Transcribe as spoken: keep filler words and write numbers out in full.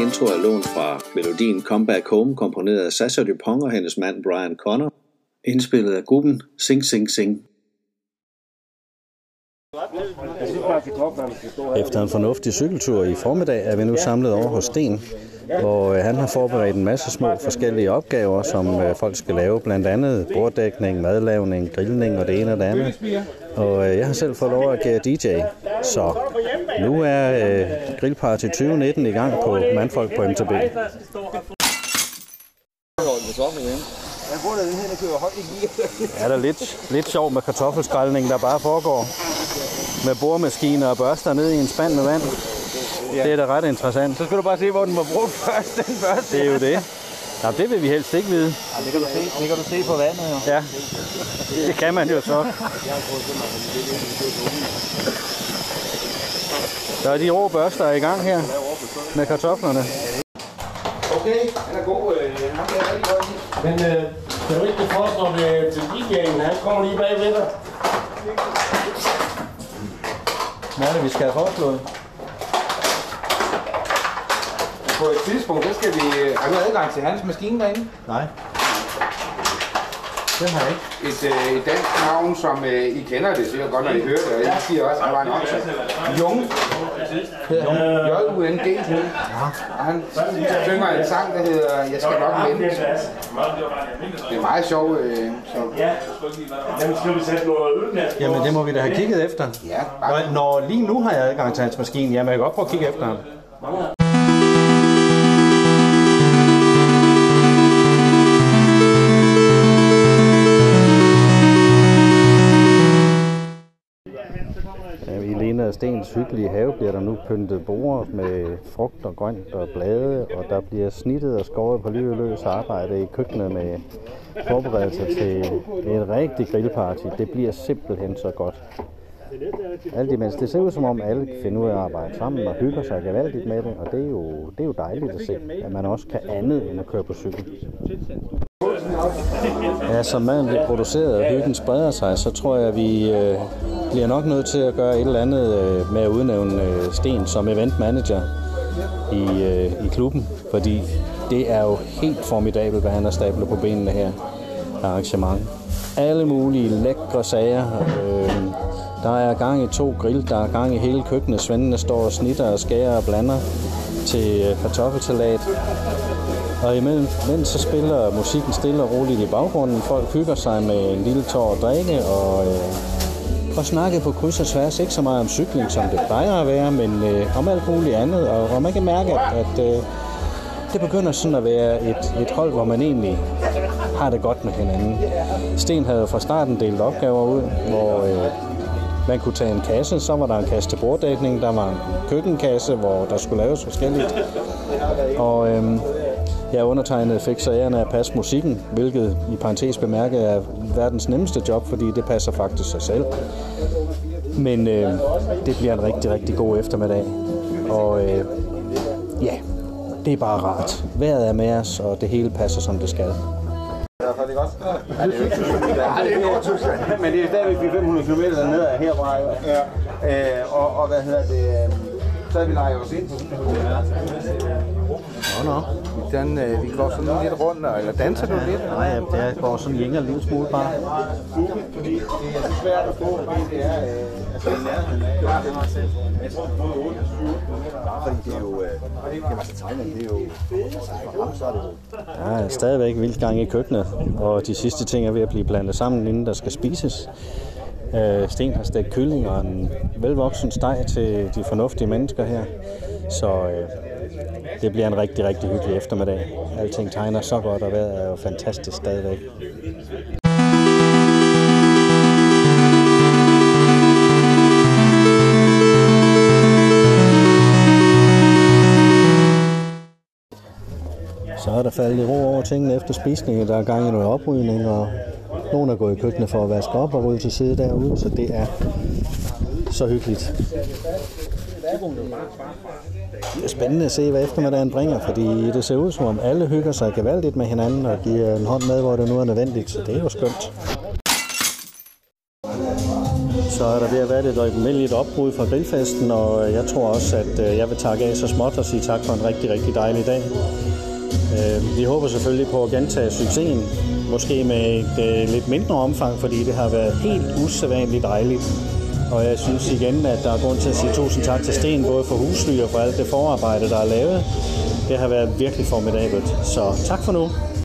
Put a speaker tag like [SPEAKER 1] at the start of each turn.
[SPEAKER 1] intro er lånt fra melodien Come Back Home, komponeret af Sasha Dupont og hendes mand Brian Connor, indspillet af gruppen Sing Sing Sing. Efter en fornuftig cykeltur i formiddag er vi nu samlet over hos Sten, hvor han har forberedt en masse små forskellige opgaver, som folk skal lave, blandt andet borddækning, madlavning, grillning og det ene og det andet. Og jeg har selv fået lov at agere D J, så nu er øh, Grillparty tyve nitten i gang på Mandfolk på M T B. Er der lidt, lidt sjov med kartoffelskraldning, der bare foregår med boremaskiner og børster ned i en spand med vand. Ja. Det er da ret interessant.
[SPEAKER 2] Så skal du bare se, hvor den var brugt først, den børste.
[SPEAKER 1] Det er jo det. Nå, det vil vi helst ikke vide.
[SPEAKER 2] Ja, det kan du se, det kan du se på vandet, jo.
[SPEAKER 1] Ja, det kan man jo så. Der er de rå børster i gang her med kartoflerne.
[SPEAKER 3] Okay, han er god. Han er rigtig godt. Men øh, kan du ikke forstå det til D J'en? Han kommer lige bagved dig.
[SPEAKER 1] Hvad er det, vi skal have foreslået?
[SPEAKER 2] På et tidspunkt, der skal vi... Har du adgang til hans maskine derinde?
[SPEAKER 1] Nej. Det har jeg ikke.
[SPEAKER 2] Et, øh, et dansk navn, som øh, I kender det sikkert godt, når I hører det. Og I siger også, at han var en også. Jung. J U N G. Ja. Han synger en sang, der hedder Jeg skal nok vente. Det er meget sjovt. Øh, så.
[SPEAKER 1] Jamen, det må vi da have kigget efter.
[SPEAKER 2] Ja,
[SPEAKER 1] når, når lige nu har jeg adgang til hans maskine, jamen jeg kan godt prøve at kigge efter ham. I Lena og Stens hyggelige have bliver der nu pyntet borde med frugt og grønt og blade, og der bliver snittet og skåret på livet løs arbejde i køkkenet med forberedelser til et rigtigt grillparty. Det bliver simpelthen så godt. Alt imens det ser ud som om alle kan finde ud af at arbejde sammen og hygger sig gevaldigt med det, og det er jo, det er jo dejligt at se, at man også kan andet end at køre på cykel. Ja, som maden bliver produceret og hyggen spreder sig, så tror jeg, at vi øh, bliver nok nødt til at gøre et eller andet øh, med at udnævne øh, Sten som event manager i, øh, i klubben, fordi det er jo helt formidabelt, hvad han har stablet på benene her arrangement. Alle mulige lækre sager. Øh, der er gang i to grill, der er gang i hele køkkenet. Svendene står og snitter og skærer og blander til øh, kartoffelsalat. Og imellem mens så spiller musikken stille og roligt i baggrunden. Folk hygger sig med en lille tår at drikke og, øh, og snakke på kryds og tværs. Ikke så meget om cykling, som det plejer at være, men øh, om alt muligt andet. Og, og man kan mærke, at, at øh, det begynder sådan at være et, et hold, hvor man egentlig har det godt med hinanden. Sten havde fra starten delt opgaver ud, hvor øh, man kunne tage en kasse, så var der en kasse til borddækning, der var en køkkenkasse, hvor der skulle laves forskelligt. Og øh, jeg undertegnede fik så æren af at passe musikken, hvilket i parentes bemærket er verdens nemmeste job, fordi det passer faktisk sig selv. Men øh, det bliver en rigtig, rigtig god eftermiddag. Og øh, ja, det er bare rart. Vejret er med os, og det hele passer, som det skal.
[SPEAKER 2] Ja, det er godt. Ja, det er ikke ja, det er over tusind. Men det er stadigvæk fem hundrede kilometer ned af herfra. Ja. Øh, og, og hvad hedder det? Så vi leger os ind på sådan en hotel.
[SPEAKER 1] Nå, nå.
[SPEAKER 2] Den, øh, vi går sådan lidt rundt, eller danser du lidt?
[SPEAKER 1] Nej, ja, det går sådan jænger en lille smule bare.
[SPEAKER 2] Fordi det er så svært at få, fordi det er øh, altså i nærheden af. Jeg tror, det er otte syv kilometer. Fordi det er jo, øh, altså Thailand, det er jo, altså for ham, så er det jo.
[SPEAKER 1] Der er stadigvæk vildt gang i køkkenet, og de sidste ting er ved at blive blandet sammen, inden der skal spises. Sten har stegt kylling og en velvoksen steg til de fornuftige mennesker her. Så øh, det bliver en rigtig, rigtig hyggelig eftermiddag. Alting tegner så godt, og vejret er jo fantastisk stadigvæk. Så er der faldet i ro over tingene efter spisningen. Der er gang i noget oprydning, og nogen er gået i køkkenet for at vaske op og rydde til side derude, så det er så hyggeligt. Det er spændende at se, hvad eftermiddagen bringer, fordi det ser ud som om alle hygger sig gevaldigt med hinanden og giver en hånd med, hvor det nu er nødvendigt, så det er jo skønt. så er der ved at være lidt øjeblikkeligt opbrud fra grillfesten, og jeg tror også, at jeg vil takke af så småt og sige tak for en rigtig, rigtig dejlig dag. Vi håber selvfølgelig på at gentage succesen, måske med et lidt mindre omfang, fordi det har været helt usædvanligt dejligt. Og jeg synes igen, at der er grund til at sige tusind tak til Sten, både for husly og for alt det forarbejde, der er lavet. Det har været virkelig formidabelt, så tak for nu.